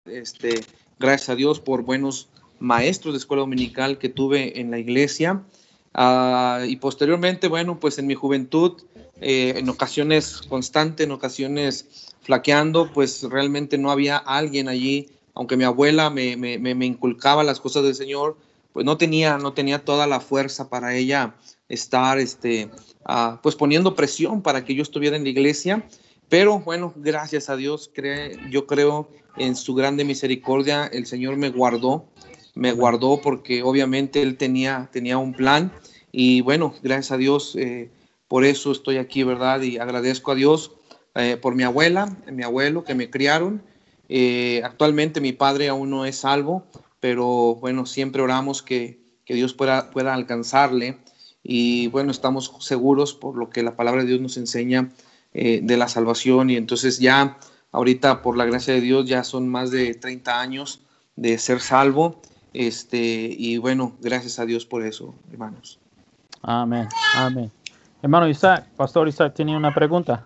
Gracias a Dios por buenos maestros de escuela dominical que tuve en la iglesia. Y posteriormente, bueno, pues en mi juventud, en ocasiones constante, en ocasiones flaqueando, pues realmente no había alguien allí, aunque mi abuela me inculcaba las cosas del Señor, pues no tenía toda la fuerza para ella estar pues poniendo presión para que yo estuviera en la iglesia. Pero bueno, gracias a Dios, yo creo en su grande misericordia, el Señor me guardó porque obviamente Él tenía un plan. Y bueno, gracias a Dios, por eso estoy aquí, ¿verdad? Y agradezco a Dios por mi abuela, mi abuelo, que me criaron. Actualmente mi padre aún no es salvo, pero bueno, siempre oramos que Dios pueda alcanzarle. Y bueno, estamos seguros por lo que la palabra de Dios nos enseña de la salvación. Y entonces ya ahorita, por la gracia de Dios, ya son más de 30 años de ser salvo. Y bueno, gracias a Dios por eso, hermanos. Amén, amén. Hermano Isaac, Pastor Isaac, tenía una pregunta.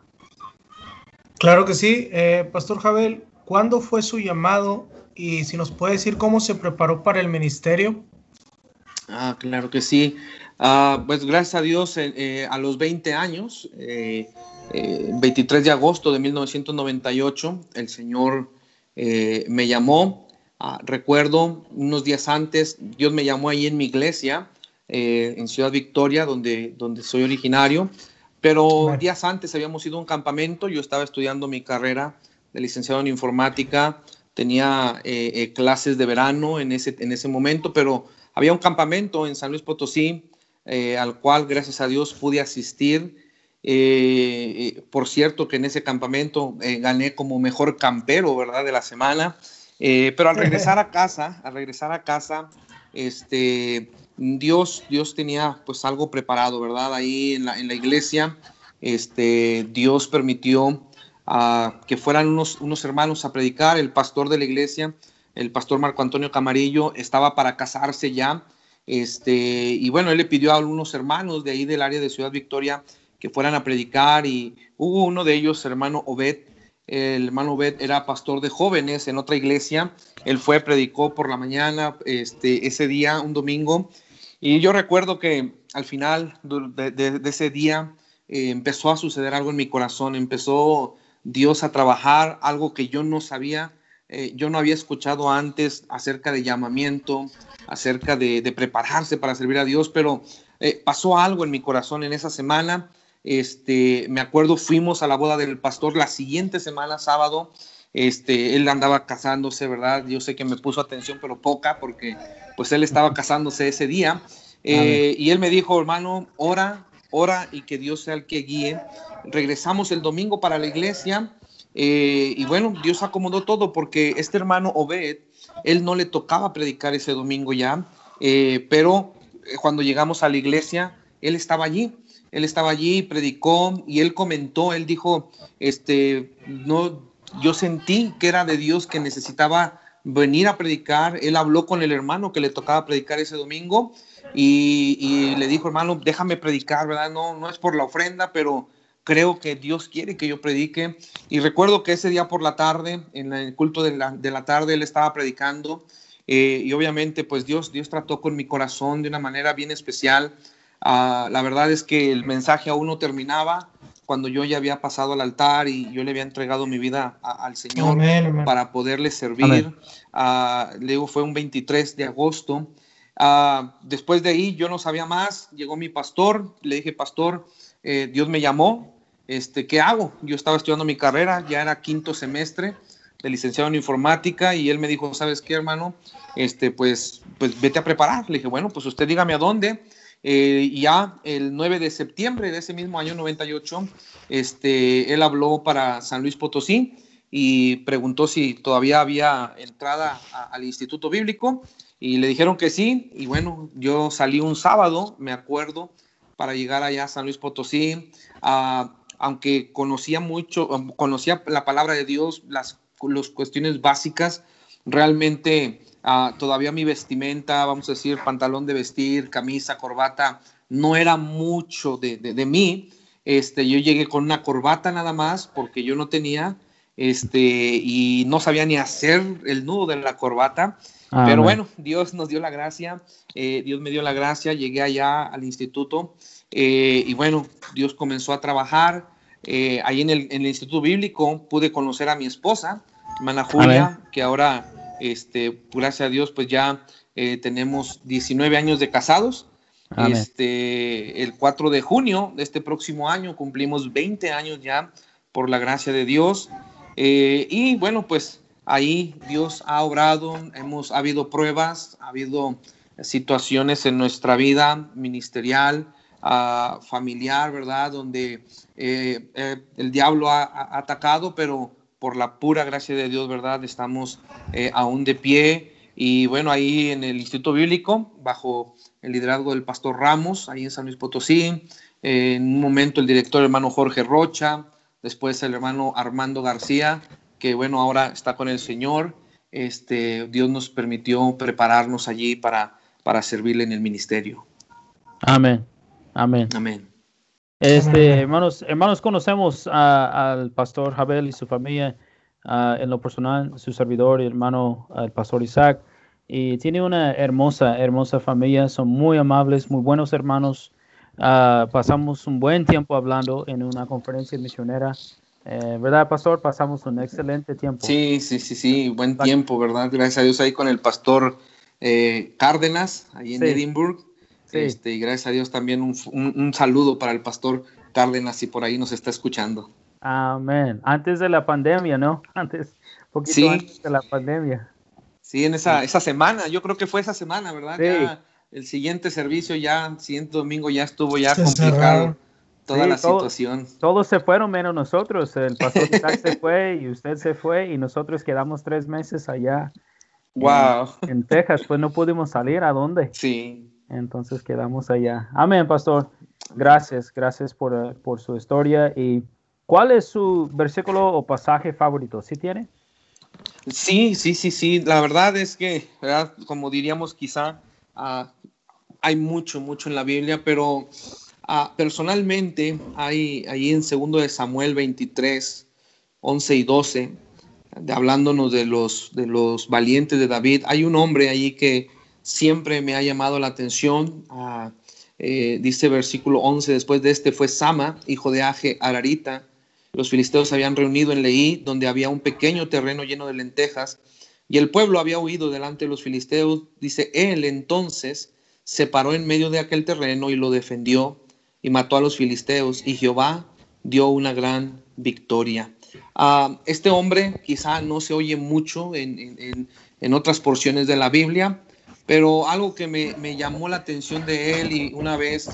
Claro que sí. Pastor Jabel, ¿cuándo fue su llamado? Y si nos puede decir cómo se preparó para el ministerio. Claro que sí. Pues gracias a Dios, a los 20 años, 23 de agosto de 1998, el Señor me llamó. Recuerdo unos días antes, Dios me llamó ahí en mi iglesia, en Ciudad Victoria, donde soy originario, pero días antes habíamos ido a un campamento. Yo estaba estudiando mi carrera de licenciado en informática, tenía clases de verano en ese momento, pero había un campamento en San Luis Potosí, al cual gracias a Dios pude asistir. Por cierto que en ese campamento gané como mejor campero, ¿verdad?, de la semana. Pero al regresar a casa, Dios tenía pues algo preparado, ¿verdad? Ahí en la iglesia, Dios permitió que fueran unos hermanos a predicar. El pastor de la iglesia, el pastor Marco Antonio Camarillo, estaba para casarse ya. Y bueno, él le pidió a algunos hermanos de ahí del área de Ciudad Victoria que fueran a predicar, y hubo uno de ellos, hermano Obed. El hermano Obed era pastor de jóvenes en otra iglesia. Él predicó por la mañana, ese día, un domingo. Y yo recuerdo que al final de ese día empezó a suceder algo en mi corazón. Empezó Dios a trabajar algo que yo no sabía. Yo no había escuchado antes acerca de llamamiento, acerca de prepararse para servir a Dios, pero pasó algo en mi corazón en esa semana. Me acuerdo, fuimos a la boda del pastor la siguiente semana, sábado. Él andaba casándose, ¿verdad? Yo sé que me puso atención, pero poca, porque pues él estaba casándose ese día. Y él me dijo, hermano, ora y que Dios sea el que guíe. Regresamos el domingo para la iglesia. Y bueno, Dios acomodó todo, porque este hermano Obed, él no le tocaba predicar ese domingo ya, pero cuando llegamos a la iglesia, él estaba allí, predicó, y él comentó, él dijo, no, yo sentí que era de Dios, que necesitaba venir a predicar. Él habló con el hermano que le tocaba predicar ese domingo, y le dijo, hermano, déjame predicar, ¿verdad? No es por la ofrenda, pero creo que Dios quiere que yo predique. Y recuerdo que ese día por la tarde, en el culto de la tarde, él estaba predicando, y obviamente pues Dios trató con mi corazón de una manera bien especial. La verdad es que el mensaje aún no terminaba cuando yo ya había pasado al altar y yo le había entregado mi vida al Señor. Amén. Para poderle servir. Le digo, fue un 23 de agosto. Después de ahí yo no sabía más. Llegó mi pastor, le dije, pastor, Dios me llamó, ¿qué hago? Yo estaba estudiando mi carrera, ya era quinto semestre de licenciado en informática, y él me dijo, ¿sabes qué, hermano? Pues vete a preparar. Le dije, bueno, pues usted dígame a dónde. Y ya el 9 de septiembre de ese mismo año 98, él habló para San Luis Potosí y preguntó si todavía había entrada al Instituto Bíblico, y le dijeron que sí. Y bueno, yo salí un sábado, me acuerdo, para llegar allá a San Luis Potosí. Aunque conocía la palabra de Dios, las cuestiones básicas, realmente todavía mi vestimenta, vamos a decir, pantalón de vestir, camisa, corbata, no era mucho de mí. Yo llegué con una corbata nada más, porque yo no tenía, y no sabía ni hacer el nudo de la corbata. Pero bueno, Dios nos dio la gracia, Dios me dio la gracia, llegué allá al instituto, y bueno, Dios comenzó a trabajar. Ahí en el Instituto Bíblico pude conocer a mi esposa, hermana Julia, que ahora, gracias a Dios, pues ya tenemos 19 años de casados. El 4 de junio de este próximo año cumplimos 20 años ya, por la gracia de Dios. Y bueno, pues ahí Dios ha obrado, ha habido pruebas, ha habido situaciones en nuestra vida ministerial, familiar, ¿verdad? Donde el diablo ha atacado, pero por la pura gracia de Dios, ¿verdad? Estamos aún de pie. Y bueno, ahí en el Instituto Bíblico, bajo el liderazgo del pastor Ramos, ahí en San Luis Potosí, en un momento el director hermano Jorge Rocha, después el hermano Armando García, que bueno, ahora está con el Señor. Dios nos permitió prepararnos allí para servirle en el ministerio. Amén. Hermanos, conocemos al pastor Jabel y su familia, en lo personal, su servidor y hermano, el pastor Isaac, y tiene una hermosa familia, son muy amables, muy buenos hermanos. Pasamos un buen tiempo hablando en una conferencia misionera, ¿verdad, pastor? Pasamos un excelente tiempo. Sí, buen tiempo, ¿verdad? Gracias a Dios ahí con el pastor Cárdenas, ahí en Edinburgh. Y gracias a Dios también un saludo para el pastor Cárdenas, si por ahí nos está escuchando. Amén. Antes de la pandemia, ¿no? Antes de la pandemia. Sí, en esa semana, yo creo que fue esa semana, ¿verdad? Ya el siguiente servicio, el siguiente domingo ya estuvo complicado toda la situación. Todos se fueron menos nosotros. El pastor Isaac se fue y usted se fue y nosotros quedamos 3 meses allá. Wow. En Texas, pues no pudimos salir. ¿A dónde? Sí. Entonces quedamos allá. Amén, pastor. Gracias por su historia. ¿Y cuál es su versículo o pasaje favorito? ¿Sí tiene? Sí. La verdad es que, ¿verdad? Como diríamos, quizá hay mucho en la Biblia, pero personalmente hay ahí en 2 de Samuel 23, 11 y 12, hablándonos de los valientes de David. Hay un hombre ahí que siempre me ha llamado la atención. Dice versículo 11, después de fue Sama, hijo de Age Ararita. Los filisteos se habían reunido en Leí, donde había un pequeño terreno lleno de lentejas, y el pueblo había huido delante de los filisteos. Dice, él entonces se paró en medio de aquel terreno y lo defendió, y mató a los filisteos, y Jehová dio una gran victoria. Este hombre quizá no se oye mucho en otras porciones de la Biblia, pero algo que me llamó la atención de él, y una vez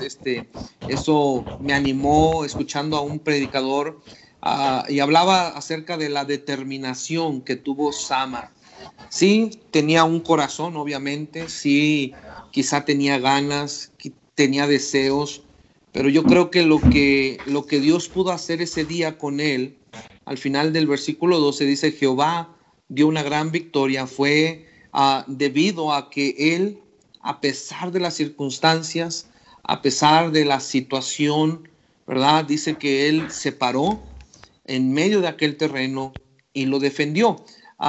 eso me animó escuchando a un predicador, y hablaba acerca de la determinación que tuvo Sama. Sí, tenía un corazón, obviamente, sí, quizá tenía ganas, tenía deseos, pero yo creo que lo que Dios pudo hacer ese día con él, al final del versículo 12 dice, Jehová dio una gran victoria, fue debido a que él, a pesar de las circunstancias, a pesar de la situación, ¿verdad? Dice que él se paró en medio de aquel terreno y lo defendió.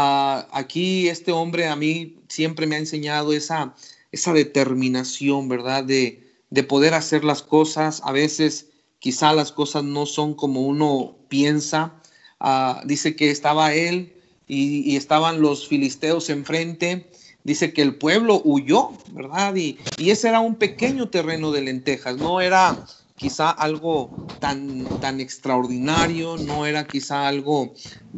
Aquí este hombre a mí siempre me ha enseñado esa determinación, ¿verdad? De poder hacer las cosas. A veces quizá las cosas no son como uno piensa. Dice que estaba él y estaban los filisteos enfrente. Dice que el pueblo huyó, ¿verdad? Y ese era un pequeño terreno de lentejas, no era quizá algo tan extraordinario, no era quizá algo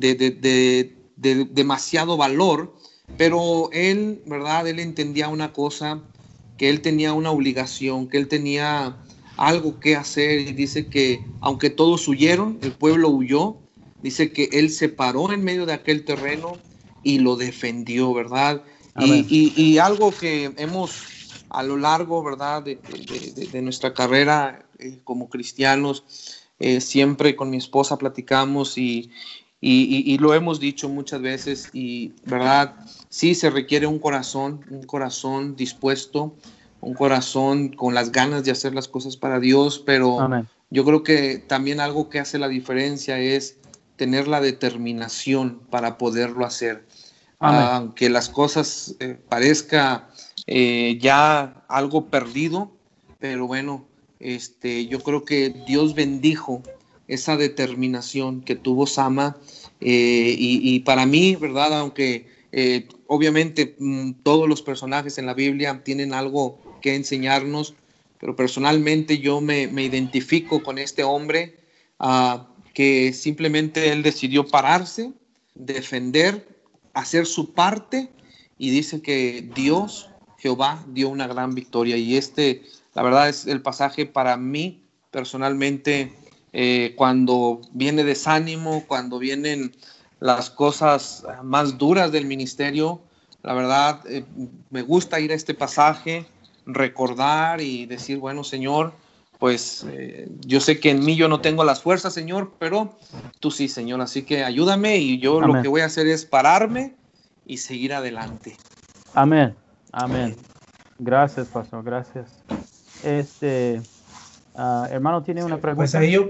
de demasiado valor, pero él, ¿verdad? Él entendía una cosa, que él tenía una obligación, que él tenía algo que hacer, y dice que aunque todos huyeron, el pueblo huyó, dice que él se paró en medio de aquel terreno y lo defendió, ¿verdad? Y algo que hemos a lo largo, ¿verdad? de nuestra carrera como cristianos, siempre con mi esposa platicamos y lo hemos dicho muchas veces, y verdad, sí se requiere un corazón dispuesto, un corazón con las ganas de hacer las cosas para Dios, pero yo creo que también algo que hace la diferencia es tener la determinación para poderlo hacer. Aunque las cosas parezca ya algo perdido, pero bueno, yo creo que Dios bendijo esa determinación que tuvo Sama, y para mí, ¿verdad? Aunque obviamente todos los personajes en la Biblia tienen algo que enseñarnos, pero personalmente yo me identifico con este hombre, que simplemente él decidió pararse, defender, hacer su parte, y dice que Dios, Jehová, dio una gran victoria. Y la verdad, es el pasaje para mí personalmente, cuando viene desánimo, cuando vienen las cosas más duras del ministerio, la verdad, me gusta ir a este pasaje, recordar y decir, bueno, Señor, pues yo sé que en mí yo no tengo las fuerzas, Señor, pero tú sí, Señor, así que ayúdame, y yo Lo que voy a hacer es pararme y seguir adelante. Amén. Gracias, pastor, gracias. Hermano, ¿tiene una pregunta? Pues ahí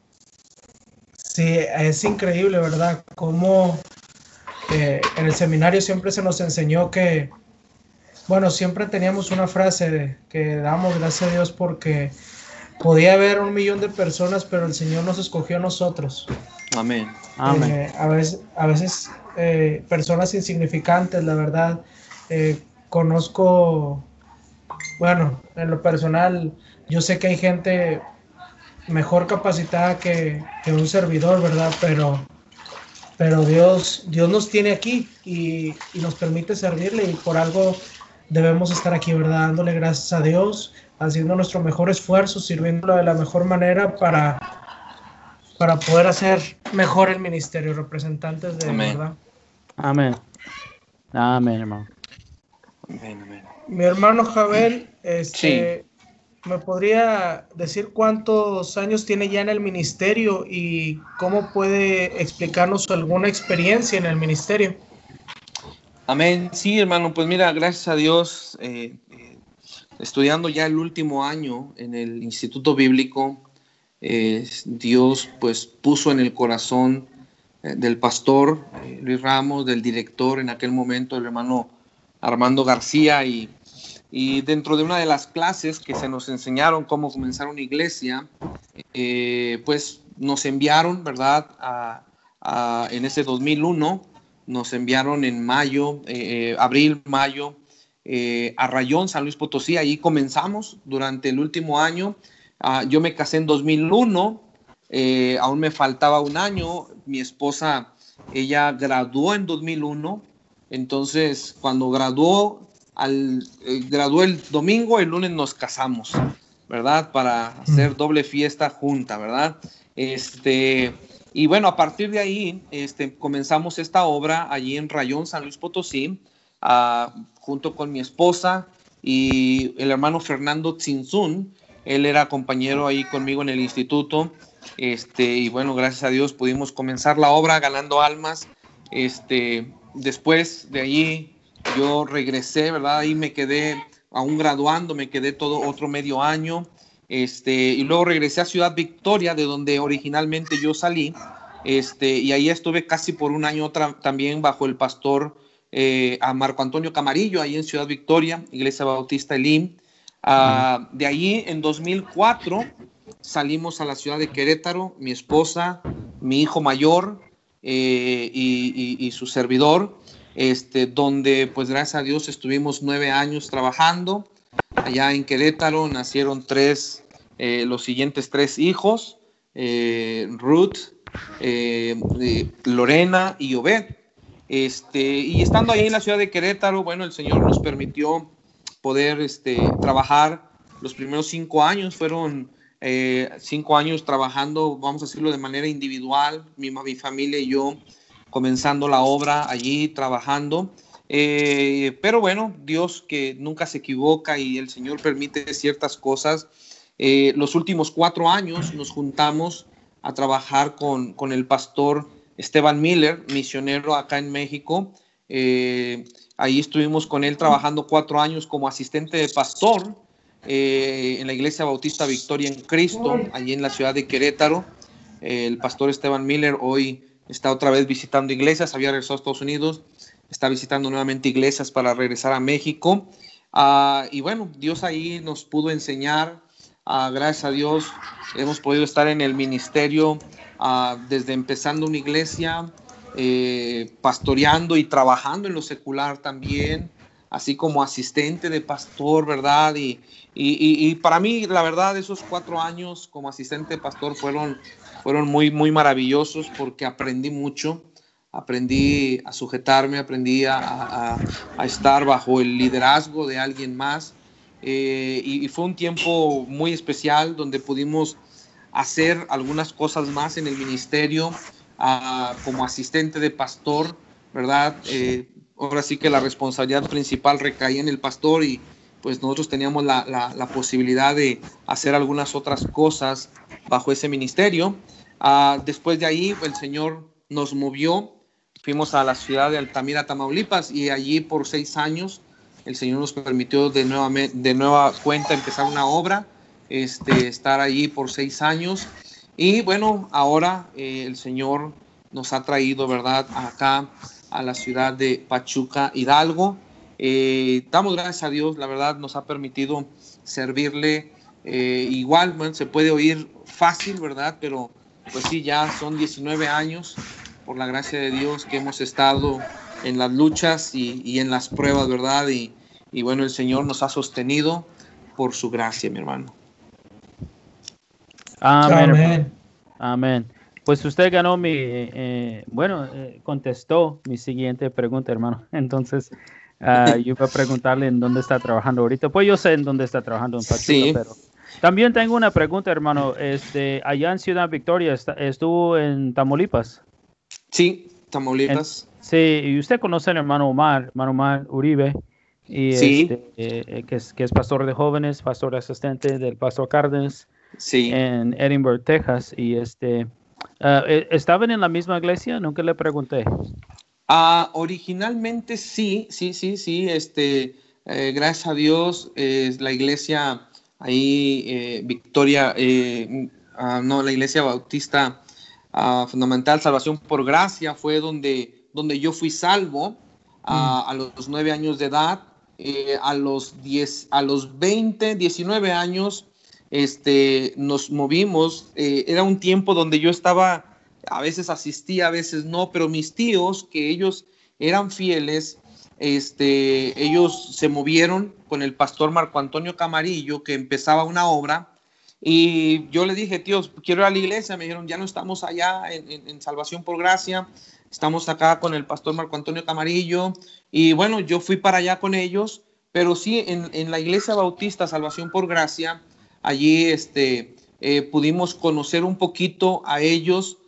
sí, es increíble, ¿verdad? Cómo en el seminario siempre se nos enseñó que, bueno, siempre teníamos una frase que damos gracias a Dios porque podía haber 1 millón de personas, pero el Señor nos escogió a nosotros. Amén. A veces personas insignificantes, la verdad. Conozco, bueno, en lo personal, yo sé que hay gente mejor capacitada que un servidor, ¿verdad? Pero Dios nos tiene aquí y nos permite servirle, y por algo debemos estar aquí, ¿verdad? Dándole gracias a Dios, haciendo nuestro mejor esfuerzo, sirviéndolo de la mejor manera para poder hacer mejor el ministerio, representantes de Amén. ¿verdad? Amén, hermano. Amén. Mi hermano Jabel, Sí. ¿me podría decir cuántos años tiene ya en el ministerio y cómo puede explicarnos alguna experiencia en el ministerio? Amén. Sí, hermano, pues mira, gracias a Dios, estudiando ya el último año en el Instituto Bíblico, Dios pues puso en el corazón del pastor Luis Ramos, del director en aquel momento, el hermano Armando García, y dentro de una de las clases que se nos enseñaron cómo comenzar una iglesia, pues nos enviaron, ¿verdad? En ese 2001, nos enviaron en mayo, abril, mayo, a Rayón, San Luis Potosí. Ahí comenzamos durante el último año. Yo me casé en 2001, aún me faltaba un año. Mi esposa, ella graduó en 2001, entonces cuando graduó el domingo, el lunes nos casamos, ¿verdad? Para hacer doble fiesta junta, ¿verdad? Y bueno, a partir de ahí comenzamos esta obra allí en Rayón, San Luis Potosí, junto con mi esposa y el hermano Fernando Tzinzún. Él era compañero ahí conmigo en el instituto, y bueno, gracias a Dios pudimos comenzar la obra ganando almas. Después de allí yo regresé, ¿verdad? Ahí me quedé aún graduando, me quedé todo otro medio año, y luego regresé a Ciudad Victoria, de donde originalmente yo salí, y ahí estuve casi por un año también bajo el pastor a Marco Antonio Camarillo, ahí en Ciudad Victoria, Iglesia Bautista Elim. De allí en 2004 salimos a la ciudad de Querétaro, mi esposa, mi hijo mayor y su servidor, donde pues gracias a Dios estuvimos 9 años trabajando. Allá en Querétaro nacieron los siguientes 3 hijos, Ruth, Lorena y Obed. Y estando ahí en la ciudad de Querétaro, bueno, el Señor nos permitió poder trabajar. Los primeros 5 años fueron 5 años trabajando, vamos a decirlo, de manera individual, mi familia y yo, comenzando la obra allí, trabajando. Pero bueno, Dios que nunca se equivoca, y el Señor permite ciertas cosas. Los últimos 4 años nos juntamos a trabajar con el pastor Esteban Miller, misionero acá en México. Ahí estuvimos con él trabajando 4 años como asistente de pastor en la Iglesia Bautista Victoria en Cristo, allí en la ciudad de Querétaro. El pastor Esteban Miller hoy está otra vez visitando iglesias, había regresado a Estados Unidos, está visitando nuevamente iglesias para regresar a México. Y bueno, Dios ahí nos pudo enseñar, gracias a Dios, hemos podido estar en el ministerio desde empezando una iglesia, pastoreando y trabajando en lo secular también, así como asistente de pastor, ¿verdad? Y para mí, la verdad, esos 4 años como asistente de pastor fueron muy, muy maravillosos porque aprendí mucho, aprendí a sujetarme, aprendí a estar bajo el liderazgo de alguien más. Y fue un tiempo muy especial donde pudimos hacer algunas cosas más en el ministerio como asistente de pastor, ¿verdad? Ahora sí que la responsabilidad principal recaía en el pastor y pues nosotros teníamos la posibilidad de hacer algunas otras cosas bajo ese ministerio. Después de ahí el Señor nos movió, fuimos a la ciudad de Altamira, Tamaulipas, y allí por 6 años el Señor nos permitió de nueva cuenta empezar una obra, estar allí por 6 años. Y bueno, ahora el Señor nos ha traído, ¿verdad?, acá a la ciudad de Pachuca, Hidalgo. Damos gracias a Dios, la verdad nos ha permitido servirle. Igual, bueno, se puede oír fácil, ¿verdad? Pero pues sí, ya son 19 años, por la gracia de Dios, que hemos estado en las luchas y en las pruebas, ¿verdad? Y bueno, el Señor nos ha sostenido por su gracia, mi hermano. Amén. Amén. Amén. Pues usted ganó contestó mi siguiente pregunta, hermano. Entonces, yo iba a preguntarle en dónde está trabajando ahorita. Pues yo sé en dónde está trabajando en Pachuca, sí. Pero también tengo una pregunta, hermano. Allá en Ciudad Victoria, ¿estuvo en Tamaulipas? Sí, Tamaulipas. Sí, y usted conoce al hermano Omar Uribe, y sí. Que es pastor de jóvenes, pastor asistente del pastor Cárdenas, sí. En Edinburgh, Texas, y ¿estaban en la misma iglesia? Nunca le pregunté. Originalmente sí. Gracias a Dios, la iglesia ahí, Victoria, la iglesia bautista fundamental, Salvación por Gracia, fue donde yo fui salvo a los 9 años de edad. A los 20, 19 años, nos movimos. Era un tiempo donde yo estaba, a veces asistía, a veces no, pero mis tíos, que ellos eran fieles, ellos se movieron con el pastor Marco Antonio Camarillo, que empezaba una obra, y yo le dije, tíos, quiero ir a la iglesia. Me dijeron, ya no estamos allá en Salvación por Gracia, estamos acá con el pastor Marco Antonio Camarillo. Y bueno, yo fui para allá con ellos, pero sí en la iglesia bautista Salvación por Gracia, allí pudimos conocer un poquito a ellos,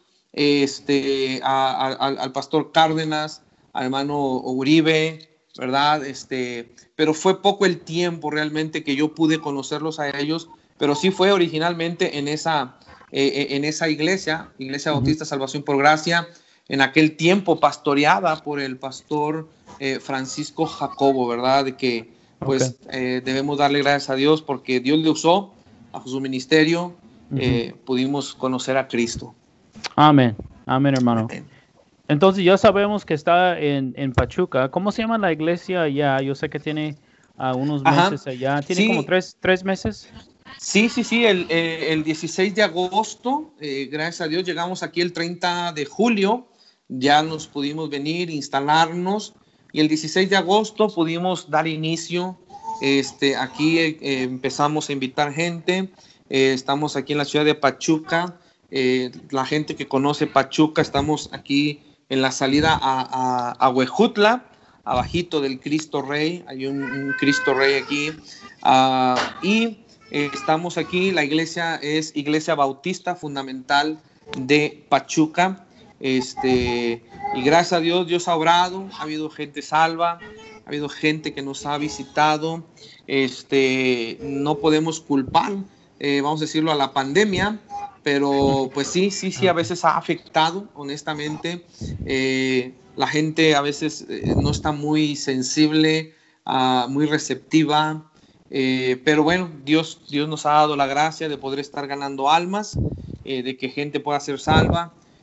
al pastor Cárdenas, al hermano Uribe, ¿verdad? Pero fue poco el tiempo realmente que yo pude conocerlos a ellos, pero sí fue originalmente en esa iglesia bautista Salvación por Gracia, en aquel tiempo pastoreada por el pastor Francisco Jacobo, ¿verdad? De que pues debemos darle gracias a Dios porque Dios le usó bajo su ministerio, pudimos conocer a Cristo. Amén, amén, hermano. Amén. Entonces ya sabemos que está en Pachuca. ¿Cómo se llama la iglesia allá? Yo sé que tiene unos meses allá. ¿Tiene como tres meses? Sí, el 16 de agosto, gracias a Dios, llegamos aquí el 30 de julio, ya nos pudimos venir, instalarnos, y el 16 de agosto pudimos dar inicio. Aquí empezamos a invitar gente. Estamos aquí en la ciudad de Pachuca. La gente que conoce Pachuca, estamos aquí en la salida a Huejutla, abajito del Cristo Rey. Hay un Cristo Rey aquí. Y estamos aquí, la iglesia es Iglesia Bautista Fundamental de Pachuca. Y gracias a Dios, Dios ha obrado, ha habido gente salva, ha habido gente que nos ha visitado. No podemos culpar, vamos a decirlo, a la pandemia, pero pues sí, a veces ha afectado, honestamente. La gente a veces no está muy sensible, muy receptiva. Pero bueno, Dios nos ha dado la gracia de poder estar ganando almas, de que gente pueda ser salva.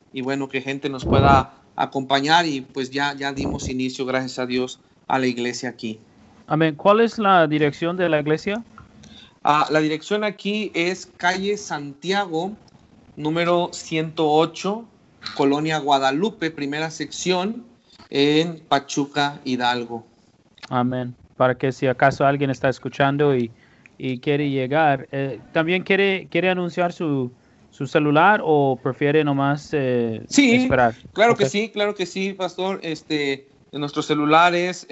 y bueno, que gente nos pueda acompañar y pues ya dimos inicio, gracias a Dios, a la iglesia aquí. Amén. ¿Cuál es la dirección de la iglesia? La dirección aquí es calle Santiago, número 108, Colonia Guadalupe, primera sección, en Pachuca, Hidalgo. Amén. Para que si acaso alguien está escuchando y quiere llegar, ¿también quiere anunciar su celular o prefiere nomás Sí, esperar? claro Okay. claro que sí, pastor. Nuestro celular es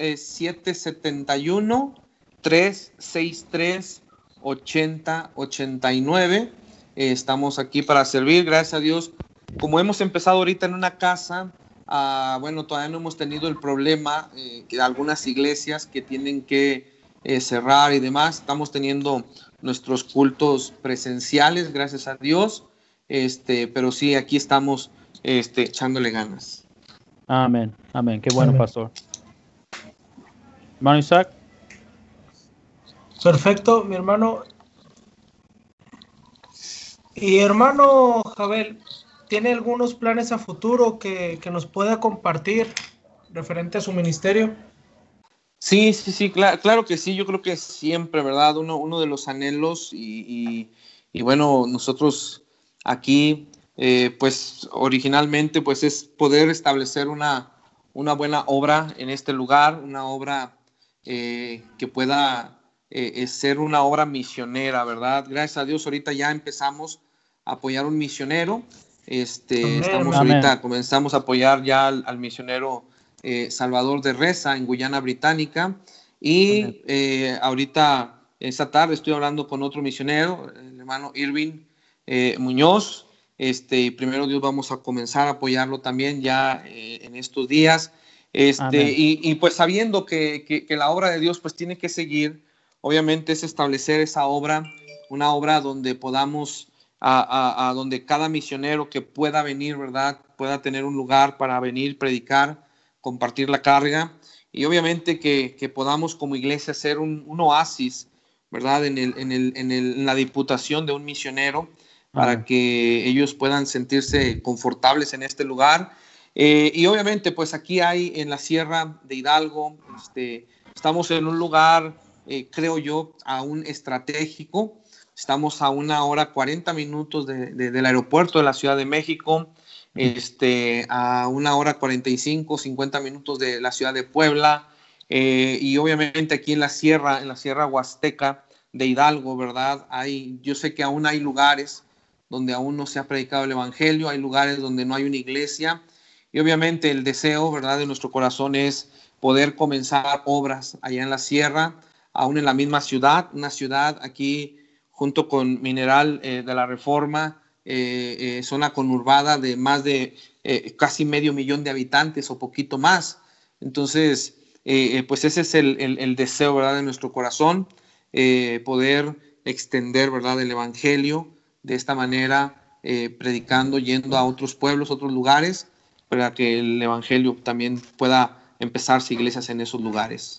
771-363-8089. Estamos aquí para servir, gracias a Dios. Como hemos empezado ahorita en una casa, bueno, todavía no hemos tenido el problema que algunas iglesias que tienen que cerrar y demás. Estamos teniendo nuestros cultos presenciales, gracias a Dios. Pero sí, aquí estamos echándole ganas. Amén. Amén. Qué bueno, Amén. pastor. Hermano Isaac. Perfecto, mi hermano. Y hermano Jabel, ¿tiene algunos planes a futuro que nos pueda compartir referente a su ministerio? Sí, claro que sí. Yo creo que siempre, ¿verdad? Uno de los anhelos y bueno, nosotros aquí, pues originalmente, pues es poder establecer una buena obra en este lugar, una obra que pueda ser una obra misionera, ¿verdad? Gracias a Dios, ahorita ya empezamos a apoyar un misionero. Estamos Amén. ahorita, comenzamos a apoyar ya al misionero Salvador de Reza en Guyana Británica Amén. y ahorita esta tarde estoy hablando con otro misionero, el hermano Irving Muñoz. Primero Dios, vamos a comenzar a apoyarlo también ya en estos días. Amén. Y pues sabiendo que la obra de Dios pues tiene que seguir, obviamente es establecer esa obra, una obra donde podamos, a donde cada misionero que pueda venir, ¿verdad? Pueda tener un lugar para venir, predicar, compartir la carga y obviamente que podamos como iglesia ser un oasis, ¿verdad? En la diputación de un misionero para Amén. que ellos puedan sentirse confortables en este lugar. Y obviamente pues aquí hay en la Sierra de Hidalgo, estamos en un lugar, creo yo, aún estratégico. Estamos a 1 hora 40 minutos del aeropuerto de la Ciudad de México, a 1 hora 45, 50 minutos de la ciudad de Puebla, y obviamente aquí en la Sierra Huasteca de Hidalgo, ¿verdad? Yo sé que aún hay lugares donde aún no se ha predicado el Evangelio, hay lugares donde no hay una iglesia, y obviamente el deseo, ¿verdad?, de nuestro corazón es poder comenzar obras allá en la Sierra, aún en la misma ciudad, una ciudad aquí junto con Mineral de la Reforma, zona conurbada de más de casi 500,000 de habitantes o poquito más. Entonces, pues ese es el deseo, ¿verdad?, de nuestro corazón, poder extender, ¿verdad?, el Evangelio de esta manera, predicando, yendo a otros pueblos, otros lugares, para que el Evangelio también pueda empezarse iglesias en esos lugares.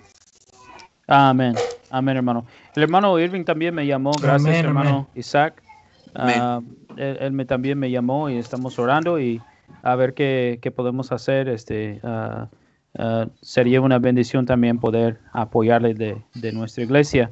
Amén. Amén, hermano. El hermano Irving también me llamó. Gracias, Amén, hermano amén. Isaac. Amén. Él también me llamó y estamos orando y a ver qué podemos hacer. Sería una bendición también poder apoyarle de nuestra iglesia.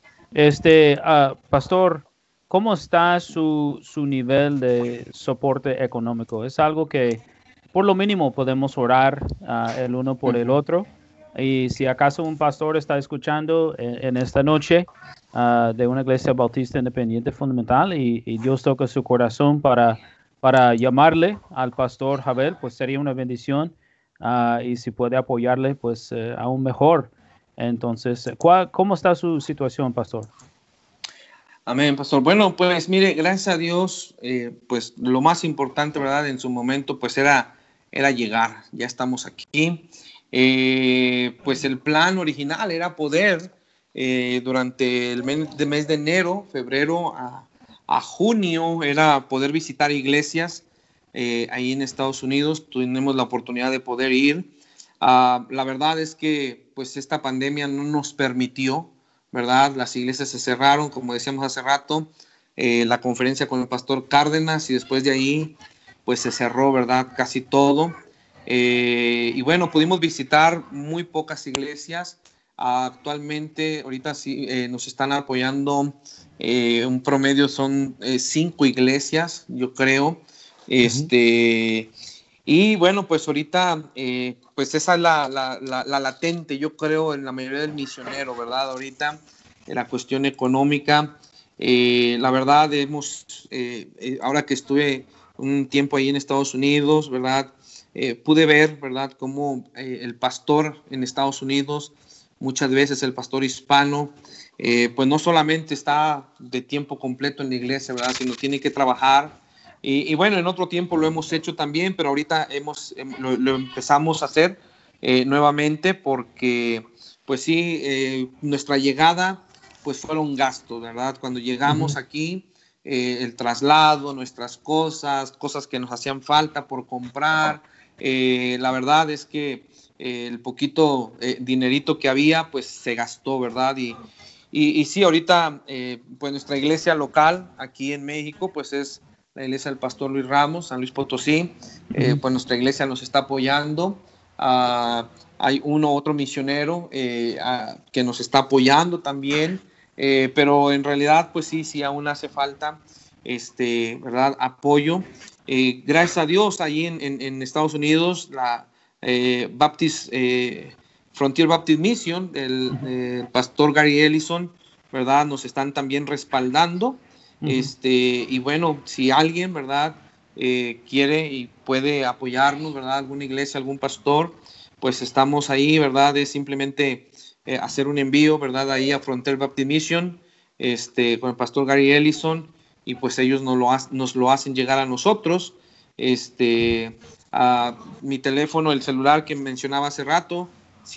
Pastor, ¿cómo está su nivel de soporte económico? Es algo que por lo mínimo podemos orar el uno por el otro. Y si acaso un pastor está escuchando en esta noche de una iglesia bautista independiente fundamental y Dios toca su corazón para llamarle al pastor Jabel, pues sería una bendición. Y si puede apoyarle, pues aún mejor. Entonces, ¿cómo está su situación, pastor? Amén, pastor. Bueno, pues mire, gracias a Dios, pues lo más importante, ¿verdad? En su momento, pues era llegar. Ya estamos aquí. Pues el plan original era poder, durante el mes de enero, febrero a junio, era poder visitar iglesias ahí en Estados Unidos. Tuvimos la oportunidad de poder ir. La verdad es que, pues esta pandemia no nos permitió, ¿verdad? Las iglesias se cerraron, como decíamos hace rato, la conferencia con el pastor Cárdenas y después de ahí pues se cerró, ¿verdad? Casi todo. Y bueno, pudimos visitar muy pocas iglesias. Actualmente, ahorita sí nos están apoyando, un promedio son 5 iglesias, yo creo. Y bueno, pues ahorita, pues esa es la latente, yo creo, en la mayoría del misionero, ¿verdad? Ahorita, en la cuestión económica, la verdad, ahora que estuve un tiempo ahí en Estados Unidos, ¿verdad? Pude ver, ¿verdad?, cómo el pastor en Estados Unidos, muchas veces el pastor hispano, pues no solamente está de tiempo completo en la iglesia, ¿verdad?, sino tiene que trabajar. Y bueno, en otro tiempo lo hemos hecho también, pero ahorita lo empezamos a hacer nuevamente porque, pues sí, nuestra llegada, pues fueron gastos, ¿verdad? Cuando llegamos aquí, el traslado, nuestras cosas que nos hacían falta por comprar, la verdad es que el poquito dinerito que había, pues se gastó, ¿verdad? Y sí, ahorita, pues nuestra iglesia local aquí en México, pues es la iglesia del pastor Luis Ramos, San Luis Potosí. Pues nuestra iglesia nos está apoyando. Hay otro misionero que nos está apoyando también, pero en realidad, pues sí, aún hace falta, ¿verdad?, apoyo. Gracias a Dios, allí en Estados Unidos, la Frontier Baptist Mission, el pastor Gary Ellison, ¿verdad?, nos están también respaldando. Y bueno, si alguien, ¿verdad?, quiere y puede apoyarnos, ¿verdad?, alguna iglesia, algún pastor, pues estamos ahí, ¿verdad? Es simplemente hacer un envío, ¿verdad?, ahí a Frontier Baptist Mission, con el pastor Gary Ellison, y pues ellos nos lo hacen llegar a nosotros. Mi teléfono, el celular que mencionaba hace rato,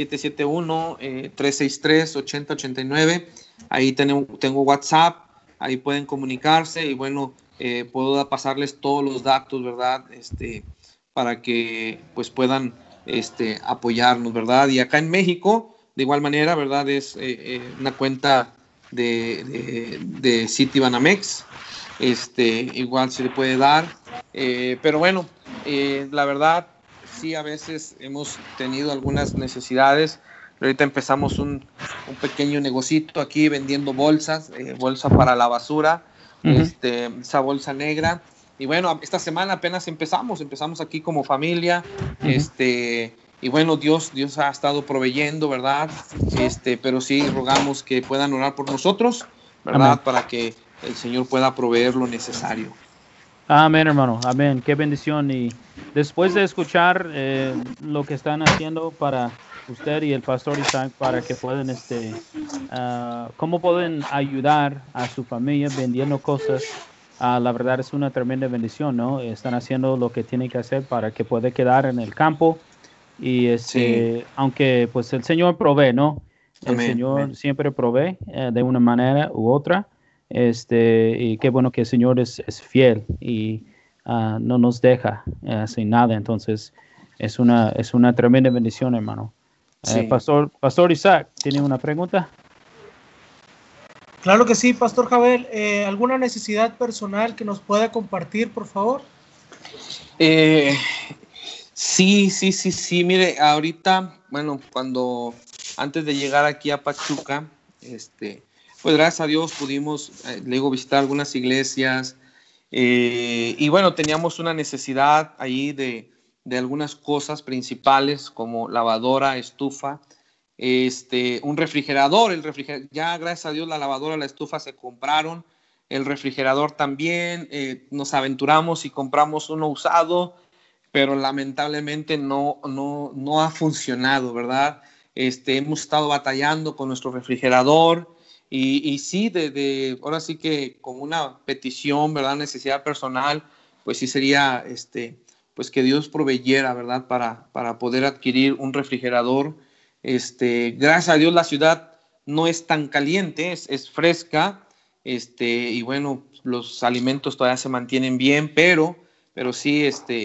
771-363-8089. Ahí tengo WhatsApp, ahí pueden comunicarse y bueno, puedo pasarles todos los datos, ¿verdad? Para que pues puedan apoyarnos, ¿verdad? Y acá en México, de igual manera, ¿verdad? Es una cuenta de Citibanamex, igual se le puede dar, pero bueno, la verdad, sí, a veces hemos tenido algunas necesidades. Ahorita empezamos un pequeño negocito aquí vendiendo bolsas, bolsa para la basura, esa bolsa negra. Y bueno, esta semana apenas empezamos aquí como familia, y bueno, Dios ha estado proveyendo, ¿verdad? Pero sí rogamos que puedan orar por nosotros, ¿verdad? Amén. Para que el Señor pueda proveer lo necesario. Amén, hermano. Amén. Qué bendición. Y después de escuchar lo que están haciendo para usted y el pastor Isaac para que puedan, cómo pueden ayudar a su familia vendiendo cosas, la verdad es una tremenda bendición, ¿no? Están haciendo lo que tienen que hacer para que pueda quedar en el campo. Y Sí, aunque pues el Señor provee, ¿no? El amén, Señor amén. siempre provee de una manera u otra. Y qué bueno que el Señor es fiel y no nos deja sin nada. Entonces, es una tremenda bendición, hermano. Sí. Pastor Isaac, ¿tiene una pregunta? Claro que sí, Pastor Jabel. ¿Alguna necesidad personal que nos pueda compartir, por favor? Eh, sí. Mire, ahorita, bueno, antes de llegar aquí a Pachuca, pues gracias a Dios pudimos, luego visitar algunas iglesias, y bueno, teníamos una necesidad ahí de algunas cosas principales como lavadora, estufa, un refrigerador. Ya gracias a Dios la lavadora, la estufa se compraron, el refrigerador también. Nos aventuramos y compramos uno usado, pero lamentablemente no ha funcionado, ¿verdad? Hemos estado batallando con nuestro refrigerador y sí, ahora sí que como una petición, ¿verdad? Necesidad personal, pues sí sería, pues que Dios proveyera, ¿verdad? Para poder adquirir un refrigerador. Gracias a Dios la ciudad no es tan caliente, es fresca, y bueno, los alimentos todavía se mantienen bien, pero sí,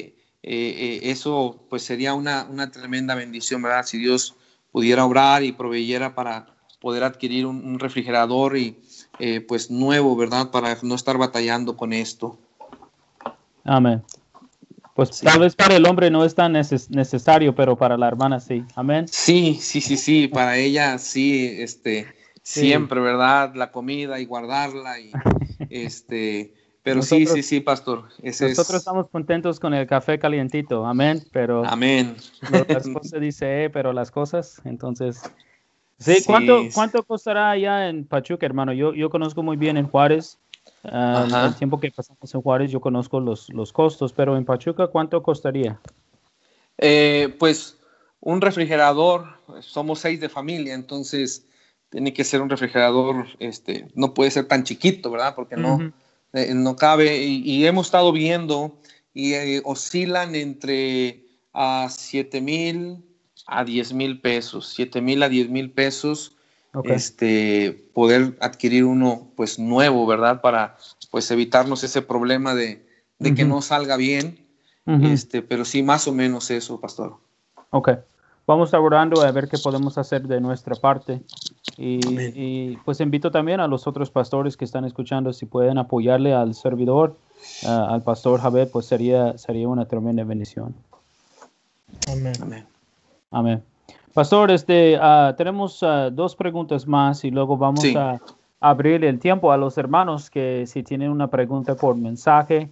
eso pues sería una tremenda bendición, ¿verdad? Si Dios pudiera obrar y proveyera para poder adquirir un refrigerador y pues nuevo, ¿verdad? Para no estar batallando con esto. Amén. Pues Sí. tal vez para el hombre no es tan necesario, pero para la hermana sí. Amén. Sí, para ella sí, Sí. siempre, ¿verdad? La comida y guardarla pero Nosotros, sí, pastor, ese nosotros es, estamos contentos con el café calientito. Amén. Pero amén. la esposa dice, pero las cosas, entonces. Sí, Sí, ¿cuánto costará allá en Pachuca, hermano? Yo conozco muy bien en Juárez, el ajá. tiempo que pasamos en Juárez, yo conozco los costos, pero en Pachuca, ¿cuánto costaría? Pues un refrigerador, somos 6 de familia, entonces tiene que ser un refrigerador, no puede ser tan chiquito, ¿verdad? Porque Ujú. no cabe, y hemos estado viendo y oscilan entre a 7,000 a 10,000 pesos, 7,000 a 10,000 pesos, Ok. poder adquirir uno pues nuevo, ¿verdad? Para pues evitarnos ese problema de que Ujú, no salga bien. ujú. Pero sí, más o menos eso, pastor. Ok. Vamos orando a ver qué podemos hacer de nuestra parte. Amén. Pues invito también a los otros pastores que están escuchando, si pueden apoyarle al servidor, al pastor Javier, pues sería una tremenda bendición. Amén. Amén. Amén. Pastor, tenemos 2 preguntas más y luego vamos Sí. a abrir el tiempo a los hermanos que si tienen una pregunta por mensaje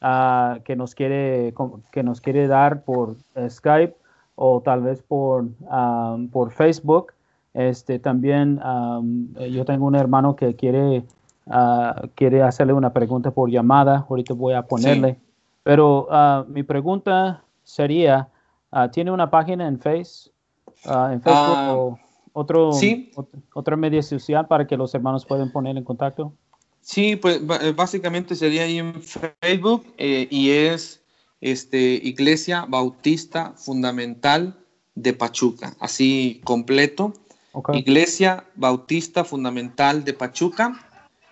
que nos quiere dar por Skype o tal vez por Facebook. También yo tengo un hermano que quiere hacerle una pregunta por llamada. Ahorita voy a Sí. ponerle. Pero mi pregunta sería, ¿tiene una página en Facebook Ah, o otro, sí, otra media social para que los hermanos puedan poner en contacto? sí, pues básicamente sería ahí en Facebook y es Iglesia Bautista Fundamental de Pachuca, así completo. Ok, Iglesia Bautista Fundamental de Pachuca.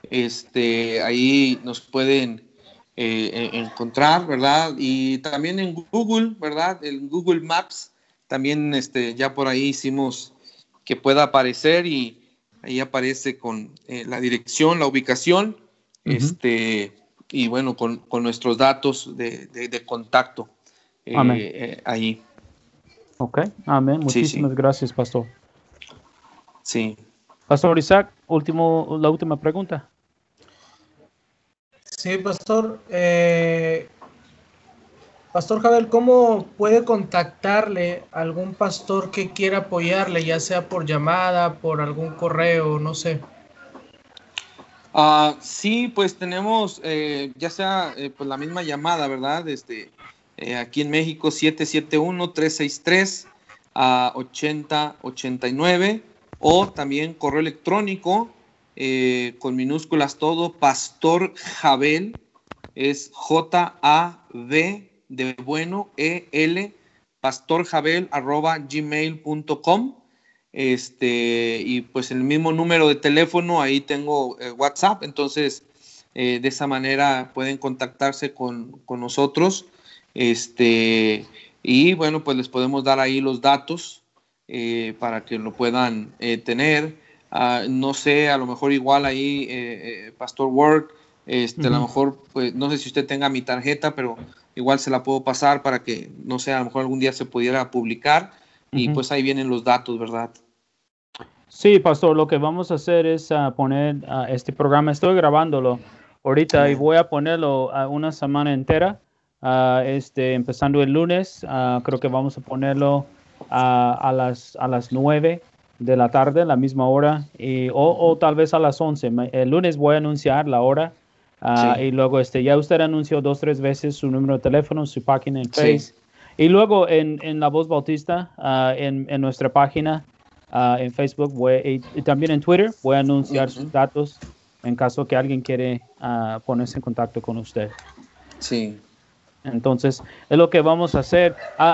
Ahí nos pueden encontrar, ¿verdad? Y también en Google, ¿verdad? En Google Maps, también ya por ahí hicimos que pueda aparecer y ahí aparece con la dirección, la ubicación, ujú. y bueno, con nuestros datos de contacto Amén. ahí. Ok, amén. Sí, sí, Muchísimas gracias, pastor. sí. Pastor Isaac, la última pregunta. Sí, pastor. Pastor Javier, ¿cómo puede contactarle a algún pastor que quiera apoyarle, ya sea por llamada, por algún correo, no sé? Sí, pues tenemos ya sea pues la misma llamada, ¿verdad? Aquí en México 771-363-8089 o también correo electrónico con minúsculas todo, Pastor Jabel, es J-A-B de bueno, E-L, pastorjabel@gmail.com. Y pues el mismo número de teléfono, ahí tengo WhatsApp, entonces de esa manera pueden contactarse con nosotros, y bueno, pues les podemos dar ahí los datos para que lo puedan tener. No sé, a lo mejor igual ahí, Pastor Word, a lo Ujú, mejor, pues no sé si usted tenga mi tarjeta, pero igual se la puedo pasar para que, no sé, a lo mejor algún día se pudiera publicar y ujú. pues ahí vienen los datos, ¿verdad? Sí, pastor, lo que vamos a hacer es poner este programa, estoy grabándolo ahorita y Amén. voy a ponerlo una semana entera, empezando el lunes. Creo que vamos a ponerlo a las 9 de la tarde, la misma hora, o tal vez a las 11. El lunes voy a anunciar la hora, Sí, y luego ya usted anunció 2, 3 veces su número de teléfono, su página en sí. Face, y luego en La Voz Bautista, en nuestra página. En Facebook y también en Twitter voy a anunciar sus Ujú. datos en caso que alguien quiere ponerse en contacto con usted. Sí. Entonces, es lo que vamos a hacer.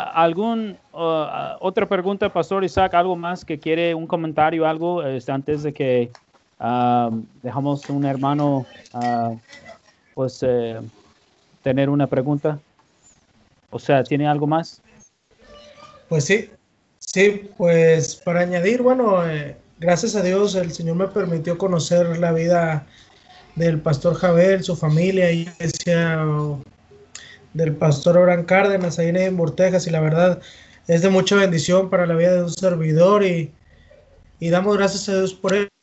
Otra pregunta, Pastor Isaac? ¿Algo más que quiere, un comentario, algo, antes de que dejamos un hermano, pues, tener una pregunta? O sea, ¿tiene algo más? Pues sí, sí, pues para añadir, bueno, gracias a Dios el Señor me permitió conocer la vida del pastor Javier, su familia y iglesia del pastor Abraham Cárdenas, ahí en Edimburgo, Texas, y la verdad es de mucha bendición para la vida de un servidor y damos gracias a Dios por él.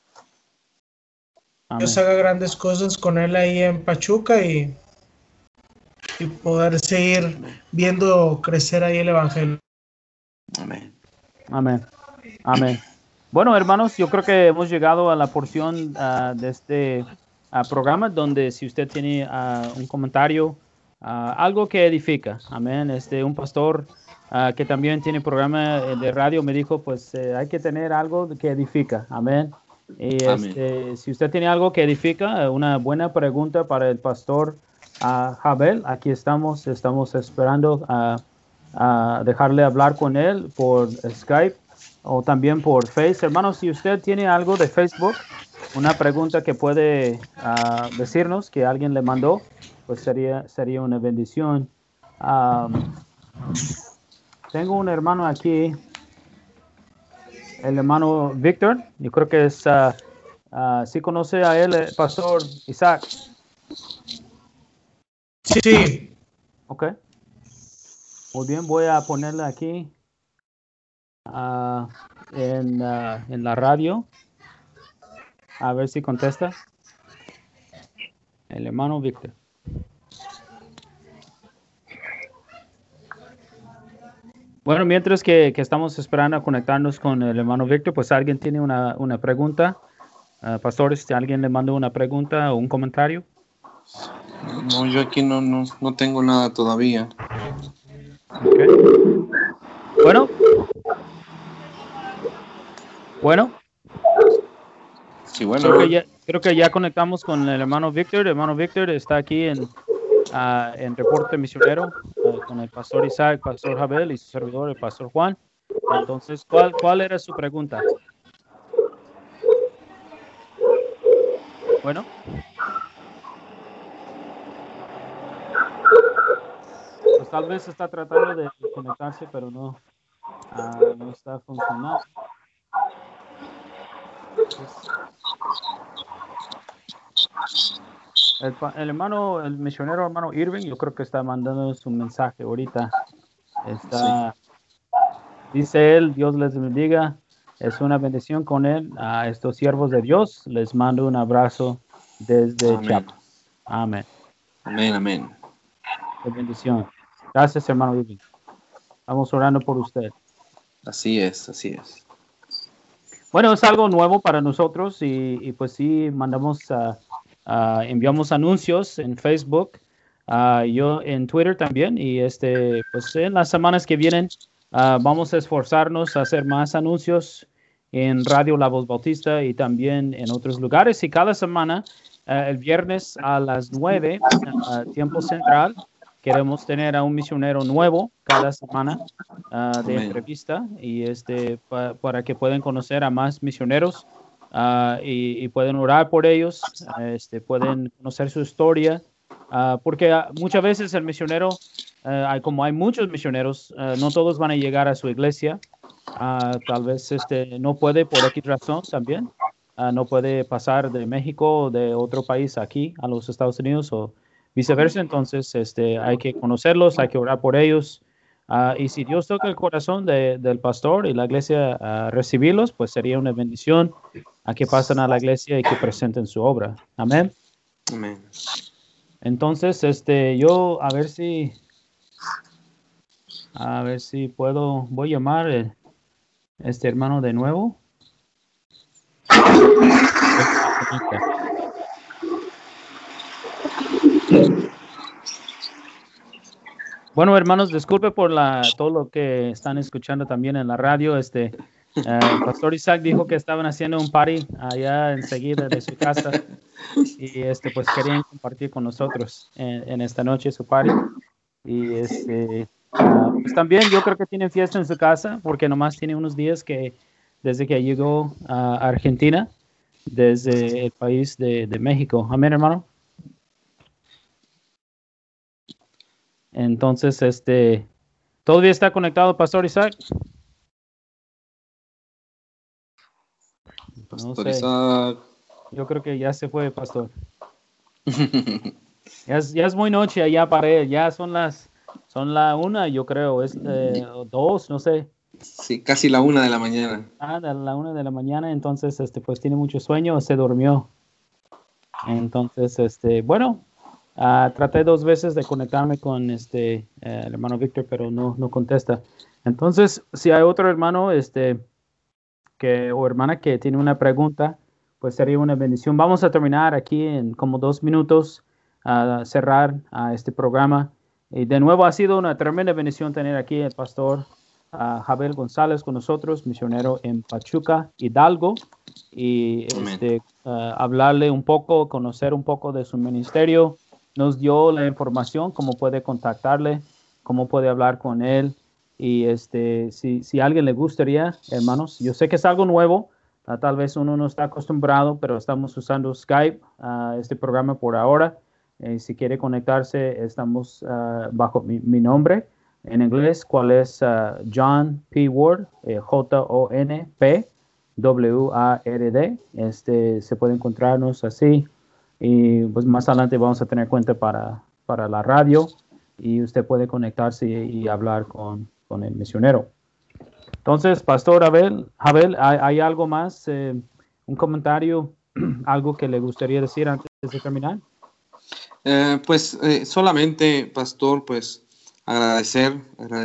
Dios Amén. haga grandes cosas con él ahí en Pachuca y poder seguir Amén. viendo crecer ahí el evangelio. Amén. Amén. Amén. Bueno, hermanos, yo creo que hemos llegado a la porción de este programa donde si usted tiene un comentario, algo que edifica, amén. Un pastor que también tiene programa de radio me dijo, pues hay que tener algo que edifica, amén. Y Amén. si usted tiene algo que edifica, una buena pregunta para el pastor Jabel, aquí estamos esperando a dejarle hablar con él por Skype o también por Facebook. Hermanos, si usted tiene algo de Facebook, una pregunta que puede decirnos que alguien le mandó, pues sería una bendición. Tengo un hermano aquí, el hermano Víctor. Yo creo que sí conoce a él, Pastor Isaac. Sí, Ok. Muy bien, voy a ponerle aquí en la radio. A ver si contesta. El hermano Víctor. Bueno, mientras que estamos esperando a conectarnos con el hermano Víctor, pues alguien tiene una pregunta. Pastores, si alguien le manda una pregunta o un comentario. No, yo aquí no tengo nada todavía. Okay. Bueno, Sí, bueno. creo que ya conectamos con el hermano Víctor. El hermano Víctor está aquí en Reporte Misionero con el pastor Isaac, pastor Jabel y su servidor, el pastor Juan. Entonces, ¿cuál era su pregunta? Bueno, pues tal vez está tratando de conectarse, pero no está funcionando. El misionero hermano Irving, yo creo que está mandando su mensaje ahorita. Dice él, Dios les bendiga. Es una bendición con él. A estos siervos de Dios les mando un abrazo desde Amén. Chiapas. Amén. Amén, amén. Qué bendición. Gracias, hermano Irving. Estamos orando por usted. Así es, así es. Bueno, es algo nuevo para nosotros y pues sí, enviamos anuncios en Facebook, yo en Twitter también y pues en las semanas que vienen vamos a esforzarnos a hacer más anuncios en Radio La Voz Bautista y también en otros lugares y cada semana, el viernes a las 9, tiempo central, queremos tener a un misionero nuevo cada semana de Amén. entrevista y para que puedan conocer a más misioneros y pueden orar por ellos, pueden conocer su historia, porque muchas veces el misionero, como hay muchos misioneros, no todos van a llegar a su iglesia, tal vez no puede por X razón también, no puede pasar de México o de otro país aquí a los Estados Unidos o viceversa, entonces hay que conocerlos, hay que orar por ellos. Y si Dios toca el corazón del pastor y la iglesia a recibirlos, pues sería una bendición a que pasen a la iglesia y que presenten su obra. Amén. Amén. Entonces, yo a ver si voy a llamar a este hermano de nuevo. Bueno, hermanos, disculpe por todo lo que están escuchando también en la radio. El pastor Isaac dijo que estaban haciendo un party allá enseguida de su casa y pues querían compartir con nosotros en esta noche su party. Y pues también yo creo que tienen fiesta en su casa porque nomás tiene unos días desde que llegó a Argentina, desde el país de México. Amén, hermano. Entonces, ¿todavía está conectado, Pastor Isaac? No Pastor sé. Isaac. Yo creo que ya se fue, Pastor. Ya es muy noche allá para él. Ya son la 1, yo creo, o 2, no sé. Sí, casi la 1 de la mañana. De la 1 de la mañana, entonces, pues tiene mucho sueño, se durmió. Entonces, bueno, traté 2 veces de conectarme con el hermano Víctor, pero no contesta. Entonces, si hay otro hermano, o hermana que tiene una pregunta, pues sería una bendición. Vamos a terminar aquí en como 2 minutos, a cerrar este programa. Y de nuevo ha sido una tremenda bendición tener aquí el pastor Jabel González con nosotros, misionero en Pachuca, Hidalgo, y Amén. hablarle un poco, conocer un poco de su ministerio. Nos dio la información, cómo puede contactarle, cómo puede hablar con él. Y si a alguien le gustaría, hermanos, yo sé que es algo nuevo, tal vez uno no está acostumbrado, pero estamos usando Skype, este programa por ahora. Si quiere conectarse, estamos bajo mi nombre en inglés, cuál es John P. Ward, Jon Pward. Se puede encontrarnos así. Y pues más adelante vamos a tener cuenta para la radio y usted puede conectarse y hablar con el misionero. Entonces, Pastor Abel, ¿hay algo más? ¿Un comentario? ¿Algo que le gustaría decir antes de terminar? Pues solamente, pastor, pues agradecer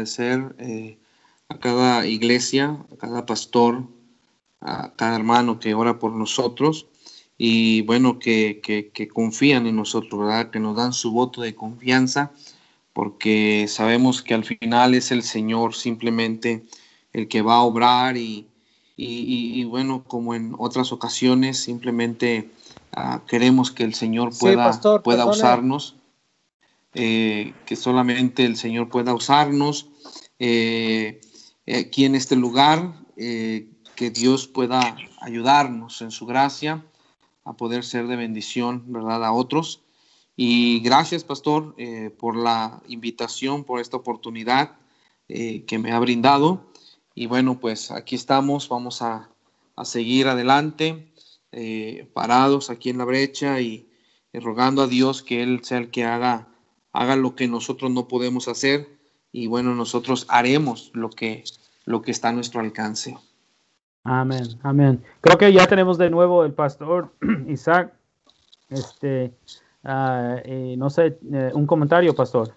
a cada iglesia, a cada pastor, a cada hermano que ora por nosotros y bueno, que confían en nosotros, ¿verdad? Que nos dan su voto de confianza porque sabemos que al final es el Señor simplemente el que va a obrar y bueno, como en otras ocasiones, simplemente queremos que el Señor Sí, pastor, pueda perdone. usarnos, que solamente el Señor pueda usarnos aquí en este lugar, que Dios pueda ayudarnos en su gracia a poder ser de bendición, ¿verdad?, a otros. Y gracias, pastor, por la invitación, por esta oportunidad que me ha brindado. Y bueno, pues aquí estamos, vamos a seguir adelante, parados aquí en la brecha y rogando a Dios que Él sea el que haga lo que nosotros no podemos hacer. Y bueno, nosotros haremos lo que está a nuestro alcance. Amén, amén. Creo que ya tenemos de nuevo el pastor Isaac. No sé, un comentario, pastor.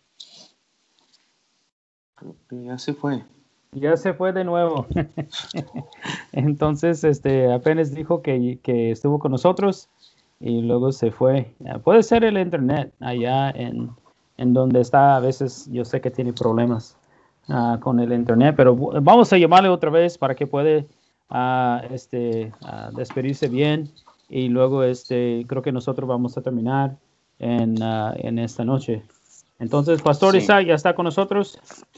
Ya se fue. Ya se fue de nuevo. Entonces, apenas dijo que estuvo con nosotros y luego se fue. Puede ser el internet allá en donde está. A veces yo sé que tiene problemas con el internet, pero vamos a llamarle otra vez para que pueda despedirse bien y luego creo que nosotros vamos a terminar en esta noche. Entonces, Pastor Sí. Isaac ya está con nosotros.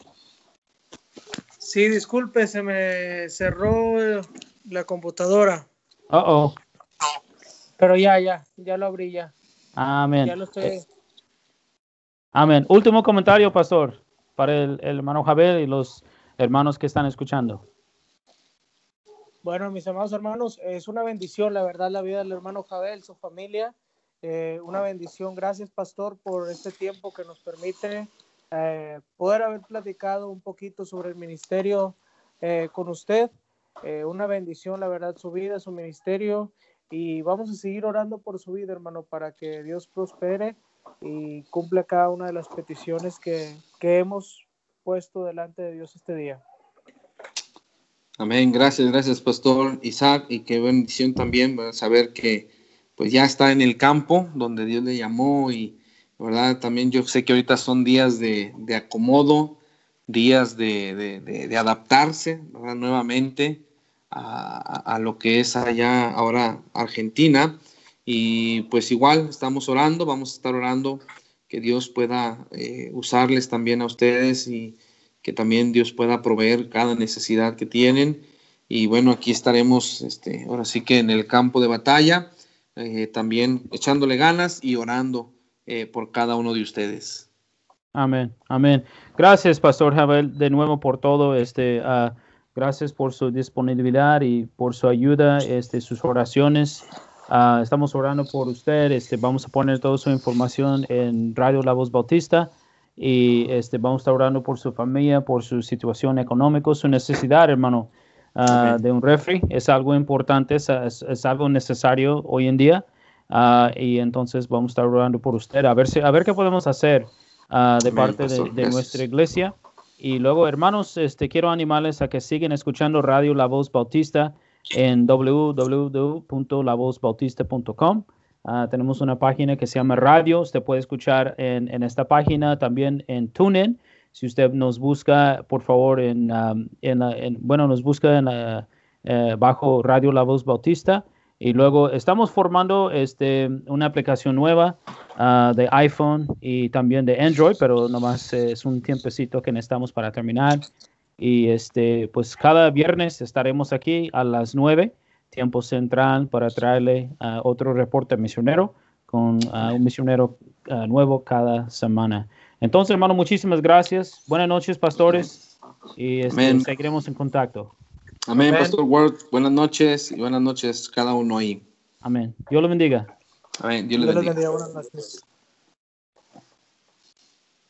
Sí, disculpe, se me cerró la computadora. Uh-oh. Pero ya lo abrí ya. Amén. Ya lo estoy. Amén. Último comentario, pastor, para el hermano Jabel y los hermanos que están escuchando. Bueno, mis amados hermanos, es una bendición, la verdad, la vida del hermano Jabel, su familia. Una bendición. Gracias, pastor, por este tiempo que nos permite poder haber platicado un poquito sobre el ministerio con usted. Una bendición, la verdad, su vida, su ministerio. Y vamos a seguir orando por su vida, hermano, para que Dios prospere y cumpla cada una de las peticiones que hemos puesto delante de Dios este día. Amén, gracias, pastor Isaac, y qué bendición también, ¿verdad?, saber que pues ya está en el campo donde Dios le llamó y, ¿verdad?, también yo sé que ahorita son días de acomodo, días de adaptarse, ¿verdad?, nuevamente a lo que es allá ahora Argentina, y pues igual estamos orando, vamos a estar orando que Dios pueda usarles también a ustedes y que también Dios pueda proveer cada necesidad que tienen. Y bueno, aquí estaremos, ahora sí que en el campo de batalla, también echándole ganas y orando por cada uno de ustedes. Amén, amén. Gracias, pastor Jabel, de nuevo por todo. Gracias por su disponibilidad y por su ayuda, sus oraciones. Estamos orando por usted. Vamos a poner toda su información en Radio La Voz Bautista y vamos a estar orando por su familia, por su situación económica, su necesidad, hermano, de un refri. Es algo importante, es algo necesario hoy en día. Y entonces vamos a estar orando por usted, a ver qué podemos hacer de parte de nuestra iglesia. Y luego, hermanos, quiero animarles a que sigan escuchando Radio La Voz Bautista en www.lavozbautista.com. Tenemos una página que se llama Radio. Usted puede escuchar en esta página, también en TuneIn. Si usted nos busca, por favor, nos busca bajo Radio La Voz Bautista. Y luego estamos formando una aplicación nueva de iPhone y también de Android, pero nomás es un tiempecito que necesitamos para terminar. Y pues cada viernes estaremos aquí a las 9, tiempo central, para traerle otro reporte misionero con un misionero nuevo cada semana. Entonces, hermano, muchísimas gracias. Buenas noches, pastores. Y seguiremos en contacto. Amén, Pastor Ward. Buenas noches y buenas noches cada uno ahí. Amén. Dios lo bendiga. Amén. Dios le bendiga. Buenas noches.